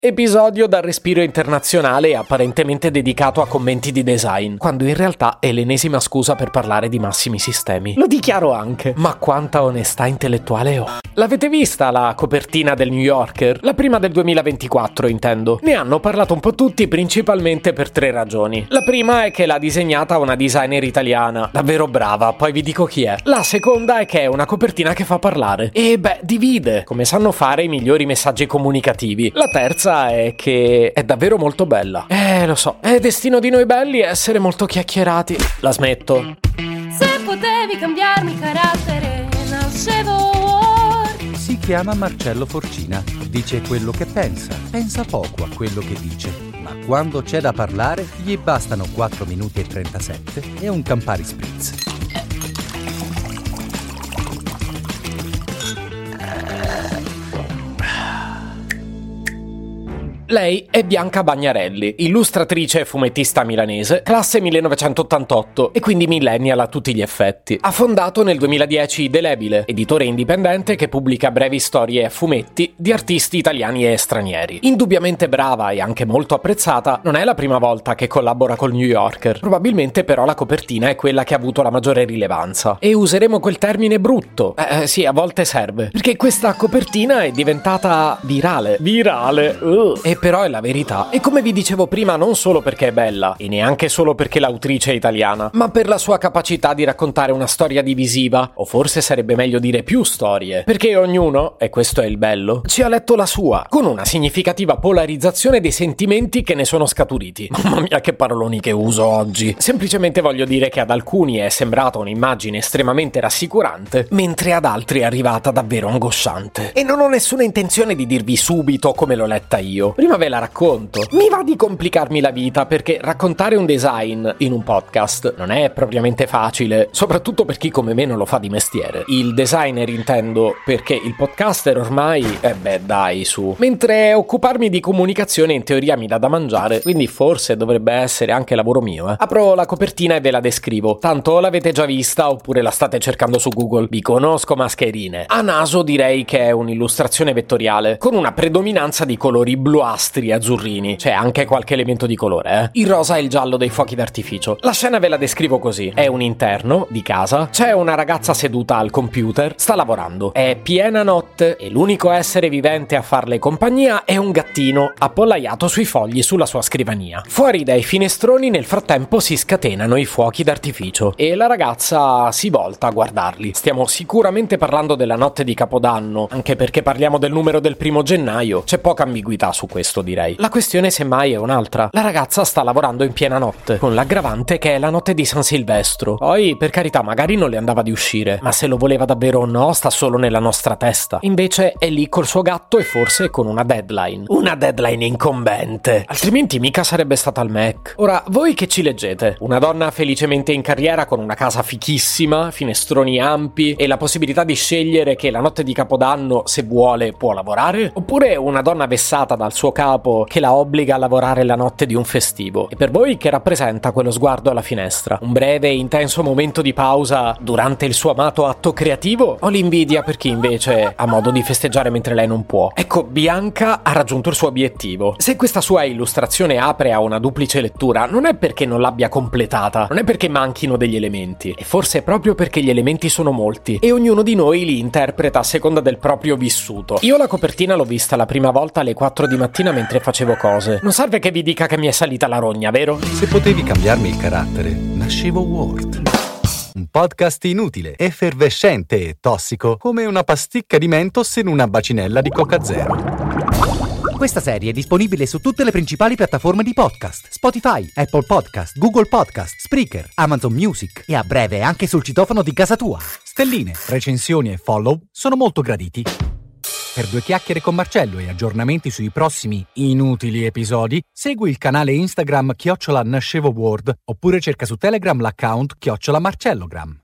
Episodio dal respiro internazionale apparentemente dedicato a commenti di design, quando in realtà è l'ennesima scusa per parlare di massimi sistemi. Lo dichiaro anche, ma quanta onestà intellettuale ho. L'avete vista la copertina del New Yorker? La prima del 2024, intendo. Ne hanno parlato un po' tutti, principalmente per 3 ragioni. La prima è che l'ha disegnata una designer italiana, davvero brava, poi vi dico chi è. La seconda è che è una copertina che fa parlare. E divide, come sanno fare i migliori messaggi comunicativi. La terza è che è davvero molto bella. Lo so, è destino di noi belli essere molto chiacchierati. La smetto. Se potevi cambiarmi carattere, nascevo Word. Si chiama Marcello Forcina, dice quello che pensa poco a quello che dice, ma quando c'è da parlare gli bastano 4 minuti e 37 e un Campari Spritz. Lei è Bianca Bagnarelli, illustratrice e fumettista milanese, classe 1988 e quindi millennial a tutti gli effetti. Ha fondato nel 2010 Delebile, editore indipendente che pubblica brevi storie e fumetti di artisti italiani e stranieri. Indubbiamente brava e anche molto apprezzata, non è la prima volta che collabora col New Yorker. Probabilmente però la copertina è quella che ha avuto la maggiore rilevanza. E useremo quel termine brutto. Sì, a volte serve. Perché questa copertina è diventata virale. E però è la verità. E come vi dicevo prima, non solo perché è bella, e neanche solo perché l'autrice è italiana, ma per la sua capacità di raccontare una storia divisiva, o forse sarebbe meglio dire più storie, perché ognuno, e questo è il bello, ci ha letto la sua, con una significativa polarizzazione dei sentimenti che ne sono scaturiti. Mamma mia che paroloni che uso oggi. Semplicemente voglio dire che ad alcuni è sembrata un'immagine estremamente rassicurante, mentre ad altri è arrivata davvero angosciante. E non ho nessuna intenzione di dirvi subito come l'ho letta io. Prima ve la racconto. Mi va di complicarmi la vita perché raccontare un design in un podcast non è propriamente facile, soprattutto per chi come me non lo fa di mestiere. Il designer intendo, perché il podcaster ormai, dai su. Mentre occuparmi di comunicazione in teoria mi dà da mangiare, quindi forse dovrebbe essere anche lavoro mio. Apro la copertina e ve la descrivo. Tanto l'avete già vista oppure la state cercando su Google. Vi conosco mascherine. A naso direi che è un'illustrazione vettoriale, con una predominanza di colori bluastri e azzurrini, c'è anche qualche elemento di colore, Il rosa e il giallo dei fuochi d'artificio. La scena ve la descrivo così: è un interno di casa, c'è una ragazza seduta al computer, sta lavorando, è piena notte e l'unico essere vivente a farle compagnia è un gattino appollaiato sui fogli sulla sua scrivania. Fuori dai finestroni nel frattempo si scatenano i fuochi d'artificio e la ragazza si volta a guardarli. Stiamo sicuramente parlando della notte di Capodanno, anche perché parliamo del numero del 1° gennaio, c'è poca ambiguità su questo, direi. La questione semmai è un'altra. La ragazza sta lavorando in piena notte, con l'aggravante che è la notte di San Silvestro. Poi, per carità, magari non le andava di uscire, ma se lo voleva davvero o no sta solo nella nostra testa. Invece è lì col suo gatto e forse con una deadline. Una deadline incombente. Altrimenti mica sarebbe stata al Mac. Ora, voi che ci leggete? Una donna felicemente in carriera con una casa fichissima, finestroni ampi e la possibilità di scegliere che la notte di Capodanno, se vuole, può lavorare? Oppure una donna vessata dal suo capo che la obbliga a lavorare la notte di un festivo? E per voi che rappresenta quello sguardo alla finestra? Un breve e intenso momento di pausa durante il suo amato atto creativo? O l'invidia per chi invece ha modo di festeggiare mentre lei non può? Ecco, Bianca ha raggiunto il suo obiettivo. Se questa sua illustrazione apre a una duplice lettura, non è perché non l'abbia completata, non è perché manchino degli elementi, e forse è proprio perché gli elementi sono molti e ognuno di noi li interpreta a seconda del proprio vissuto. Io la copertina l'ho vista la prima volta alle 4 di mattina mentre facevo cose. Non serve che vi dica che mi è salita la rogna, vero? Se potevi cambiarmi il carattere, nascevo Word. Un podcast inutile, effervescente e tossico, come una pasticca di Mentos in una bacinella di Coca Zero. Questa serie è disponibile su tutte le principali piattaforme di podcast: Spotify, Apple Podcast, Google Podcast, Spreaker, Amazon Music e a breve anche sul citofono di casa tua. Stelline, recensioni e follow sono molto graditi. Per 2 chiacchiere con Marcello e aggiornamenti sui prossimi inutili episodi, segui il canale Instagram @NascevoWord oppure cerca su Telegram l'account @MarcelloGram.